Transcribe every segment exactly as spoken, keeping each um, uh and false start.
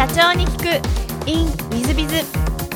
社長に聞く in ウィズビズ。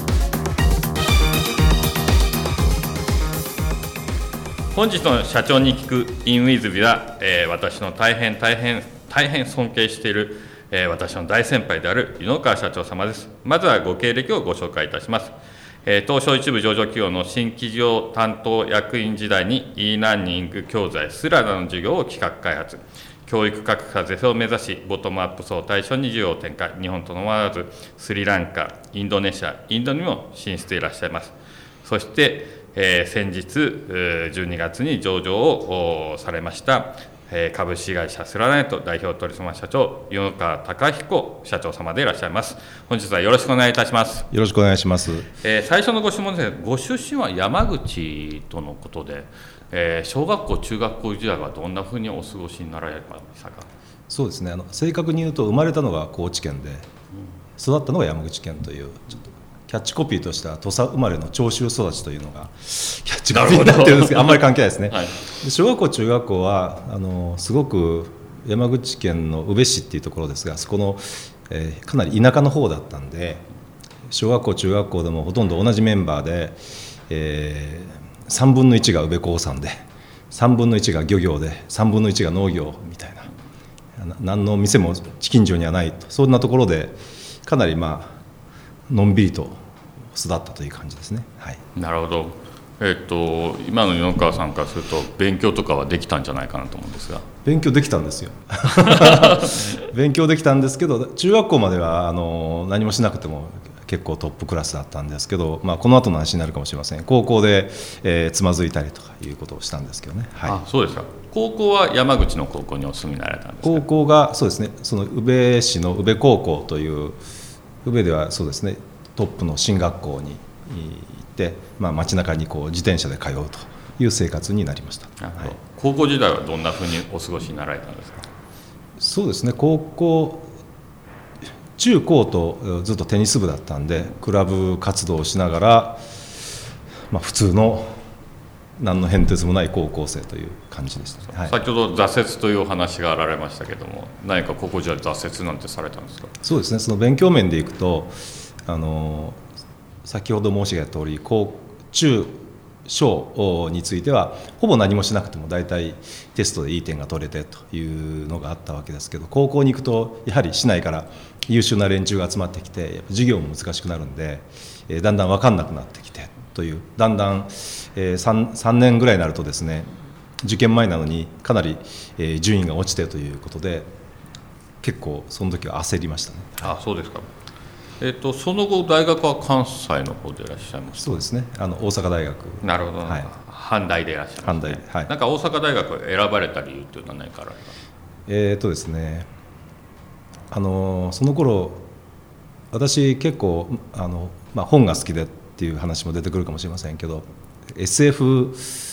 本日の社長に聞く in ウィズビズは、えー、私の大変大変大変尊敬している、えー、私の大先輩である湯川社長様です。まずはご経歴をご紹介いたします。えー、東証一部上場企業の新規事業担当役員時代に e ラーニング教材スラダの事業を企画開発、教育格差是正を目指しボトムアップ層を対象に事業を展開、日本とどまらずスリランカ、インドネシア、インドにも進出いらっしゃいます。そして、えー、先日じゅうにがつに上場をされました株式会社スラナイト代表取締社長湯川貴彦社長様でいらっしゃいます。本日はよろしくお願いいたします。 よろしくお願いします。 えー、最初のご質問ですが、ご出身は山口とのことで、えー、小学校中学校時代はどんなふうにお過ごしになられましたか？ そうですね、あの正確に言うと生まれたのが高知県で、うん、育ったのが山口県というちょっとキャッチコピーとしては土佐生まれの長州育ちというのがキャッチコピーになってるんですけど、あんまり関係ないですね。はい、で小学校中学校はあのすごく山口県の宇部市っていうところですが、そこの、えー、かなり田舎の方だったんで、小学校中学校でもほとんど同じメンバーで、えー、さんぶんのいちが宇部興産でさんぶんのいちが漁業でさんぶんのいちが農業みたいな、何の店も近所にはないと、そんなところでかなりまあのんびりと育ったという感じですね。はい、 なるほど。えー、と今の米川さんからすると勉強とかはできたんじゃないかなと思うんですが。 勉強できたんですよ勉強できたんですけど、中学校まではあの何もしなくても結構トップクラスだったんですけど、まあ、この後の話になるかもしれません。高校で、えー、つまずいたりとかいうことをしたんですけどね。はい、 あ、そうですか。高校は山口の高校にお住みになられたんですか？ 高校がそうですね、その宇部市の宇部高校という宇部ではそうですね、トップの進学校に行って、まあ、街中にこう自転車で通うという生活になりました。はい、 高校時代はどんなふうにお過ごしになられたんですか？ そうですね、高校中高とずっとテニス部だったんで、クラブ活動をしながら、まあ、普通の何の変哲もない高校生という感じでした、ね。はい、 先ほど挫折というお話があられましたけども、何か高校時代挫折なんてされたんですか？ そうですね、その勉強面でいくと、あの先ほど申し上げた通り、高中小についてはほぼ何もしなくても大体テストでいい点が取れてというのがあったわけですけど、高校に行くとやはり市内から優秀な連中が集まってきて、授業も難しくなるんで、えー、だんだん分かんなくなってきてという、だんだん、えー、3, 3年ぐらいになるとですね、受験前なのにかなり、えー、順位が落ちてということで、結構その時は焦りましたね。 あ、そうですか。えー、とその後大学は関西の方でいらっしゃいますか？ そうですね、あの大阪大学。 なるほど、 はい、 阪大でいらっしゃいますね。 阪大、はい、 なんか大阪大学を選ばれた理由というのは何かあられますか？ えーとですね、あのその頃私結構あの、まあ、本が好きでっていう話も出てくるかもしれませんけど、 エスエフ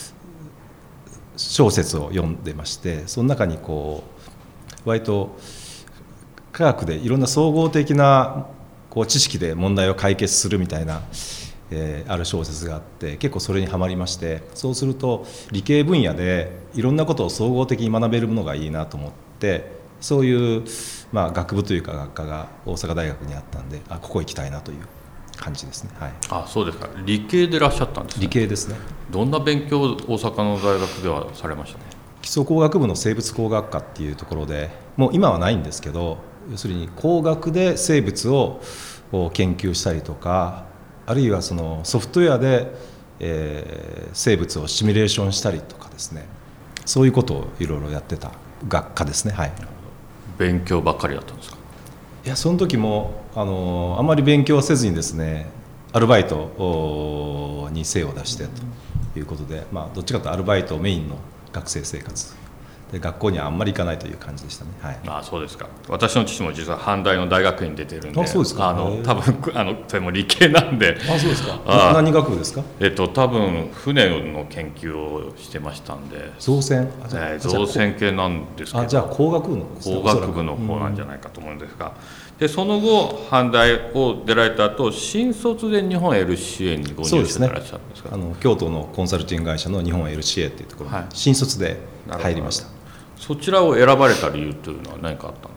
小説を読んでまして、その中にこう割と科学でいろんな総合的なこう知識で問題を解決するみたいな、えー、ある小説があって、結構それにはまりまして、そうすると理系分野でいろんなことを総合的に学べるものがいいなと思って、そういう、まあ、学部というか学科が大阪大学にあったんで、あ、ここ行きたいなという感じですね。はい、 あ、そうですか。理系でいらっしゃったんですね。 理系ですね。 どんな勉強を大阪の大学ではされましたね？ 基礎工学部の生物工学科っていうところで、もう今はないんですけど、要するに工学で生物を研究したりとか、あるいはそのソフトウェアで、えー、生物をシミュレーションしたりとかですね、そういうことをいろいろやってた学科ですね。はい、 勉強ばっかりだったんですか？ いや、その時もあのあんまり勉強はせずにですね、アルバイトに精を出してということで、まあ、どっちかというとアルバイトメインの学生生活で、学校にはあんまり行かないという感じでしたね。はい、 ああ、そうですか。私の父も実は阪大の大学院に出てるんで、 あ、そうですか。 あの多分あのそれも理系なんで。 あ、そうですか。あ、何学部ですか？ えっと多分船の研究をしてましたんで。 造船、 えー、造船系なんですけど、 あ、じゃあ工学部のですね、 工学部の方なんじゃないかと思うんですが、うん、でその後阪大を出られた後、新卒で日本 エルシーエー にご入社されたんですか？そうですね、 あの京都のコンサルティング会社の日本 エルシーエー っていうところに新卒で入りました。 そちらを選ばれた理由というのは何かあったんですか？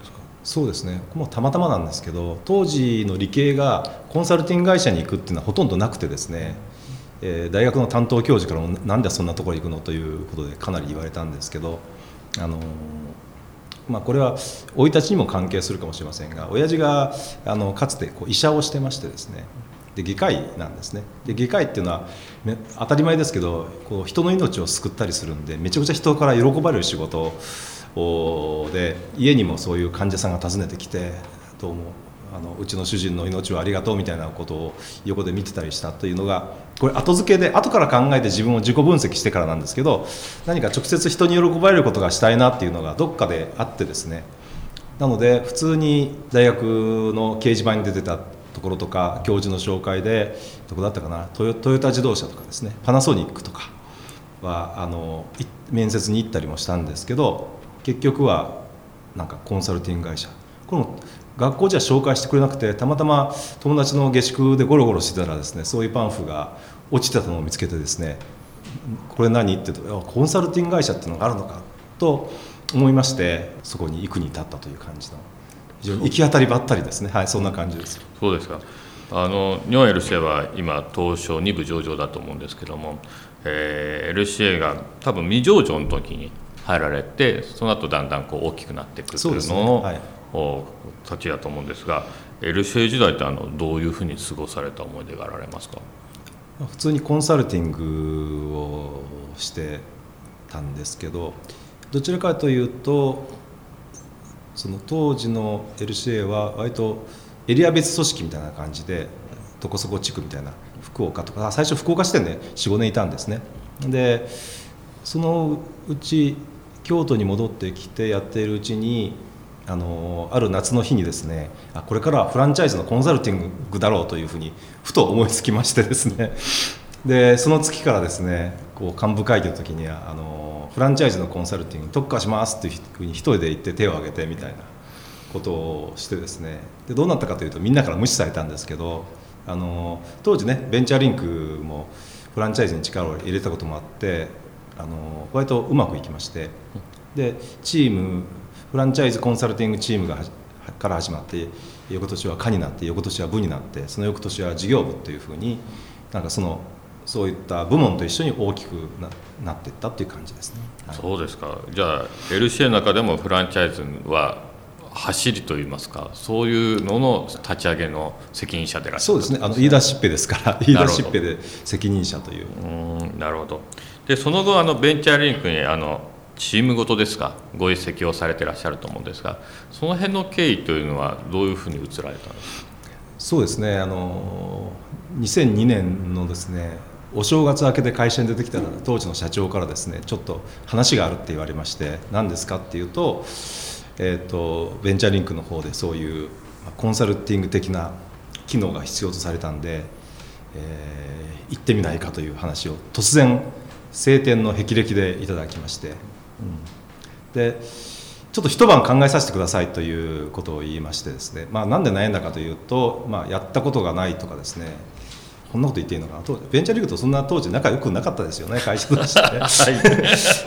そうですね、もうたまたまなんですけど、当時の理系がコンサルティング会社に行くっていうのはほとんどなくてですね、えー、大学の担当教授からもなんでそんなところに行くのということでかなり言われたんですけど、あのーまあ、これは生い立ちにも関係するかもしれませんが、親父があのかつてこう医者をしてましてですね、で外科医なんですね。で外科医っていうのは当たり前ですけど、こう人の命を救ったりするんで、めちゃくちゃ人から喜ばれる仕事で、家にもそういう患者さんが訪ねてきて、どうもあのうちの主人の命をありがとうみたいなことを横で見てたりしたというのが、これ後付けで後から考えて自分を自己分析してからなんですけど、何か直接人に喜ばれることがしたいなっていうのがどっかであってですね、なので普通に大学の掲示板に出てたところとか、教授の紹介でどこだったかな、トヨ、トヨタ自動車とかですね、パナソニックとかはあの面接に行ったりもしたんですけど、結局はなんかコンサルティング会社、これも学校じゃ紹介してくれなくて、たまたま友達の下宿でゴロゴロしてたらですね、そういうパンフが落ちてたのを見つけてですね、これ何って言うと、コンサルティング会社っていうのがあるのかと思いまして、そこに行くに至ったという感じの、非常に行き当たりばったりですね。はい、そんな感じです。 そうですか。あの日本 エルシーエー は今東証に部上場だと思うんですけども、えー、エルシーエー が多分未上場の時に入られて、その後だんだんこう大きくなっていくというのを立ちだと思うんですが、 エルシーエー 時代ってあのどういうふうに過ごされた思い出があられますか？ 普通にコンサルティングをしてたんですけど、どちらかというとその当時の エルシーエー は割とエリア別組織みたいな感じで、どこそこ地区みたいな、福岡とか、最初福岡支店で よん、ごねんいたんですね。でそのうち京都に戻ってきてやっているうちに、あのある夏の日にですね、あこれからはフランチャイズのコンサルティングだろうというふうにふと思いつきましてですね、でその月からですね、こう幹部会議の時にはあのフランチャイズのコンサルティングに特化しますというふうに一人で行って手を挙げてみたいなことをしてですね、でどうなったかというと、みんなから無視されたんですけど、あの当時ねベンチャーリンクもフランチャイズに力を入れたこともあって、あの割とうまくいきまして、でチームフランチャイズコンサルティングチームがから始まって、翌年は課になって、翌年は部になって、その翌年は事業部というふうに、なんかそのそういった部門と一緒に大きく な, なっていったという感じですね。 はい、そうですか。じゃあ エルシーエー の中でもフランチャイズは走りといいますか、そういうのの立ち上げの責任者でいらっしゃる。 そうですね、あの言い出しっぺですから、言い出しっぺで責任者という。 うん、なるほど。でその後あのベンチャーリンクにあのチームごとですか、ご移籍をされていらっしゃると思うんですが、その辺の経緯というのはどういうふうに移られたんですか？ そうですね、あのにせんにねんのですね、お正月明けで会社に出てきたら、当時の社長からですね、ちょっと話があるって言われまして、何ですかっていうと、えーと、ベンチャーリンクの方でそういうコンサルティング的な機能が必要とされたんで、えー、行ってみないかという話を突然晴天の霹靂でいただきまして、うん、でちょっと一晩考えさせてくださいということを言いましてですね、まあ、なんで悩んだかというと、まあ、やったことがないとかですね、こんなこと言っていいのかな、ベンチャーリンクとそんな当時仲良くなかったですよね、会社として、ねはい、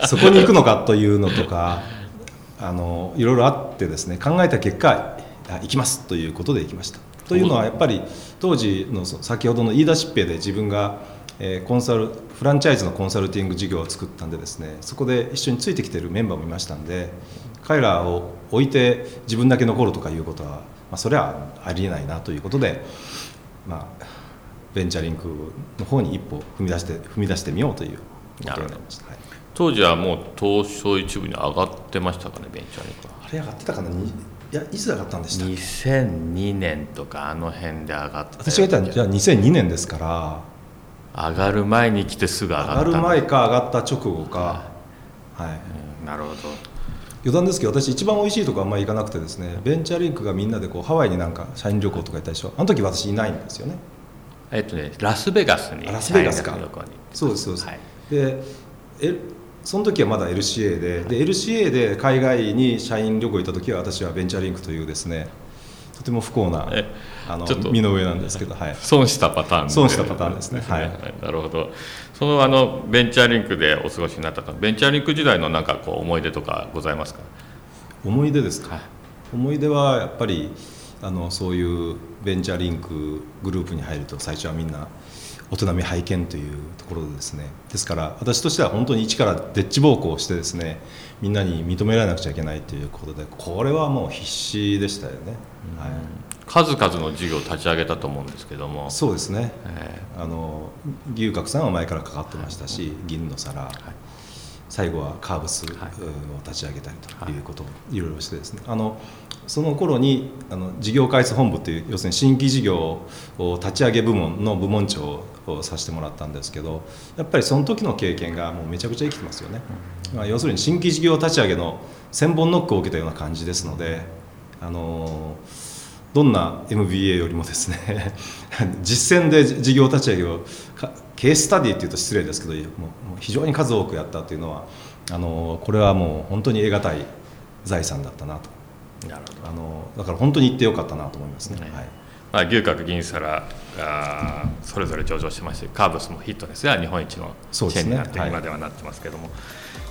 そこに行くのかというのとか、あのいろいろあってですね、考えた結果行きますということで行きました。というのはやっぱり当時の先ほどの言い出しっぺで自分がコンサルフランチャイズのコンサルティング事業を作ったんでですね、そこで一緒についてきているメンバーもいましたんで、彼らを置いて自分だけ残るとかいうことは、まあ、それはありえないなということで、まあ、ベンチャーリンクの方に一歩踏み出して踏み出してみようということになりました。はい、当時はもう東証一部に上がってましたかね、ベンチャーリンクは。 あれ上がってたかな、いやいつ上がったんでしたっけ？ にせんにねんとかあの辺で上がって、 私が言ったのじゃあにせんにねんですから、 上がる前に来てすぐ上がった。 上がる前か上がった直後か、はい、 うん、なるほど。 余談ですけど、私一番おいしいとこあんまり行かなくてですね、ベンチャーリンクがみんなでこうハワイになんか社員旅行とか行ったでしょ。あの時私いないんですよね。 えっとねラスベガスに。 ラスベガスか。そうですそうです。 はい、 でえその時はまだ エルシーエー で、はい、で エルシーエー で海外に社員旅行行った時は、私はベンチャーリンクというですね、とても不幸なあの身の上なんですけど、はい、 損したパターンで、 損したパターンですね。はい、はい、 なるほど。そのあのベンチャーリンクでお過ごしになったベンチャーリンク時代のなんかこう思い出とかございますか？ 思い出ですか？ 思い出はやっぱりあのそういうベンチャーリンクグループに入ると最初はみんな大人見拝見というところでですね、ですから私としては本当に一からでっち奉公してですね、みんなに認められなくちゃいけないということで、これはもう必死でしたよね、はい、 数々の事業を立ち上げたと思うんですけども。 そうですね、 えー、あの牛角さんは前からかかってましたし、銀の皿、はい、最後はカーブスを立ち上げたりということをいろいろしてですね、あのその頃にあの事業開発本部という要するに新規事業を立ち上げ部門の部門長をさせてもらったんですけど、やっぱりその時の経験がもうめちゃくちゃ生きてますよね、うん、まあ、要するに新規事業立ち上げの千本ノックを受けたような感じですので、あのどんな エムビーエー よりもですね実践で事業立ち上げをケーススタディっていうと失礼ですけど、もう非常に数多くやったというのは、あのこれはもう本当に得難い財産だったなと。なるほど。あのだから本当に行ってよかったなと思いますね、ね、はい。 まあ、牛角銀皿がそれぞれ上場してまして、カーブスもヒットですが日本一のチェーンになって今ではなってますけども、はい、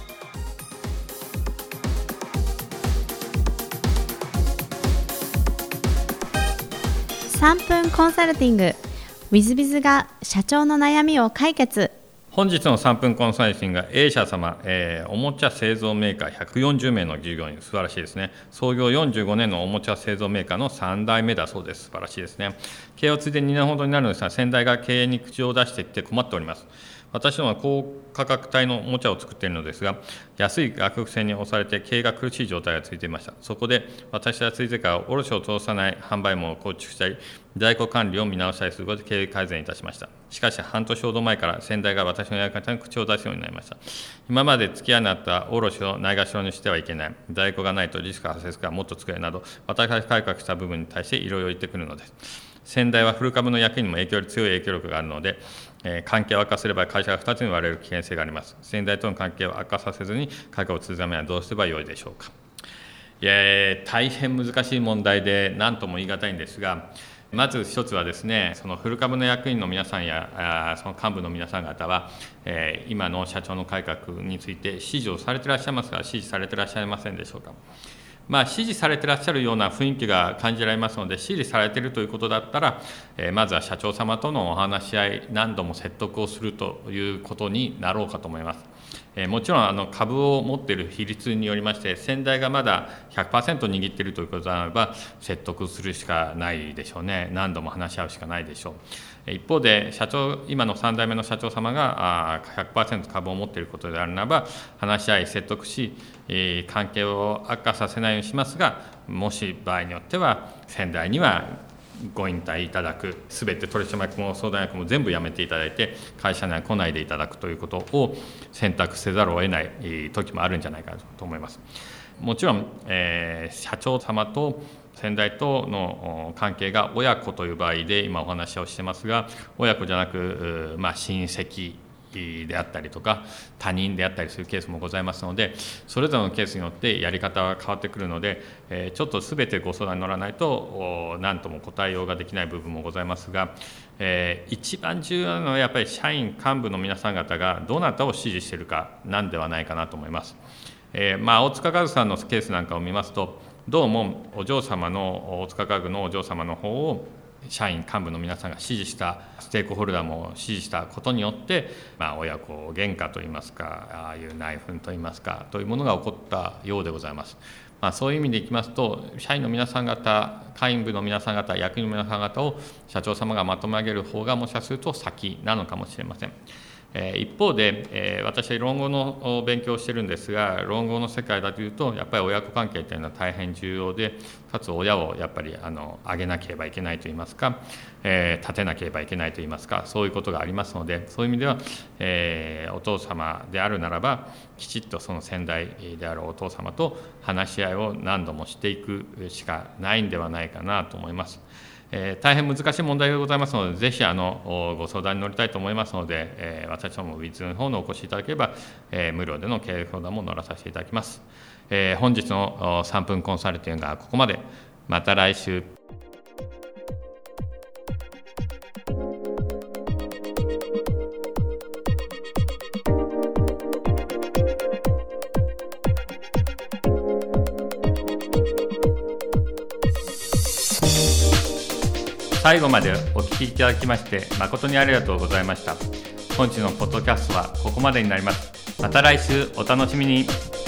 さんぷんコンサルティング ウィズビズ が社長の悩みを解決。 本日のさんぷんコンサルティングが A 社様、えー、おもちゃ製造メーカーひゃくよんじゅうめいの従業員、素晴らしいですね。創業よんじゅうごねんのおもちゃ製造メーカーのさんだいめだそうです。素晴らしいですね。経営を継いでにねんほどになるのですが、先代が経営に口を出してきて困っております。私どもは高価格帯のおもちゃを作っているのですが、安い価格戦に押されて経営が苦しい状態が続いていました。そこで私はついてから卸を通さない販売網を構築したり、在庫管理を見直したりすることで経営改善いたしました。しかし半年ほど前から先代が私のやり方に口を出すようになりました。今まで付き合いのあった卸をないがしろにしてはいけない、在庫がないとリスクが発生するからもっと作れなど、私が改革した部分に対していろいろ言ってくるのです。先代は古株の役員にも影響強い影響力があるので、えー、関係を悪化すれば会社がふたつに割れる危険性があります。先代との関係を悪化させずに改革を続けるためにはどうすればよいでしょうか。いや大変難しい問題で何とも言い難いんですが、まず一つはですね、その古株の役員の皆さんやその幹部の皆さん方は、えー、今の社長の改革について支持をされていらっしゃいますが、支持されていらっしゃいませんでしょうか。まあ、支持されていらっしゃるような雰囲気が感じられますので、支持されているということだったら、えー、まずは社長様とのお話し合い、何度も説得をするということになろうかと思います。えー、もちろんあの株を持っている比率によりまして、先代がまだ ひゃくパーセント 握っているということならば、説得するしかないでしょうね。何度も話し合うしかないでしょう。一方で社長、今のさんだいめの社長様が ひゃくパーセント 株を持っていることであるならば、話し合い、説得し、関係を悪化させないようにしますが、もし場合によっては、先代にはご引退いただく、すべて取締役も相談役も全部辞めていただいて、会社には来ないでいただくということを選択せざるを得ない時もあるんじゃないかと思います。もちろん、えー、社長様と先代との関係が親子という場合で今お話をしてますが、親子じゃなく、まあ、親戚であったりとか他人であったりするケースもございますので、それぞれのケースによってやり方は変わってくるので、えー、ちょっと全てご相談に乗らないと何とも答えようができない部分もございますが、えー、一番重要なのはやっぱり社員幹部の皆さん方がどなたを支持しているかなんではないかなと思います。えーまあ、大塚家具さんのケースなんかを見ますと、どうもお嬢様の大塚家具のお嬢様の方を社員幹部の皆さんが支持した、ステークホルダーも支持したことによって、まあ、親子喧嘩といいますか、ああいう内紛といいますかというものが起こったようでございます。まあ、そういう意味でいきますと、社員の皆さん方、会員部の皆さん方、役員の皆さん方を社長様がまとめ上げる方がもしかすると先なのかもしれません。一方で、私は論語の勉強をしているんですが、論語の世界だというと、やっぱり親子関係というのは大変重要で、かつ親をやっぱりあの上げなければいけないといいますか、えー、立てなければいけないといいますか、そういうことがありますので、そういう意味では、えー、お父様であるならば、きちっとその先代であるお父様と話し合いを何度もしていくしかないんではないかなと思います。えー、大変難しい問題がございますので、ぜひあのご相談に乗りたいと思いますので、えー、私どもウィズの方のお越しいただければ、えー、無料での経営相談も乗らさせていただきます。えー、本日のさんぷんコンサルティングがここまで。また来週。 最後までお聞きいただきまして誠にありがとうございました。本日のポッドキャストはここまでになります。また来週お楽しみに。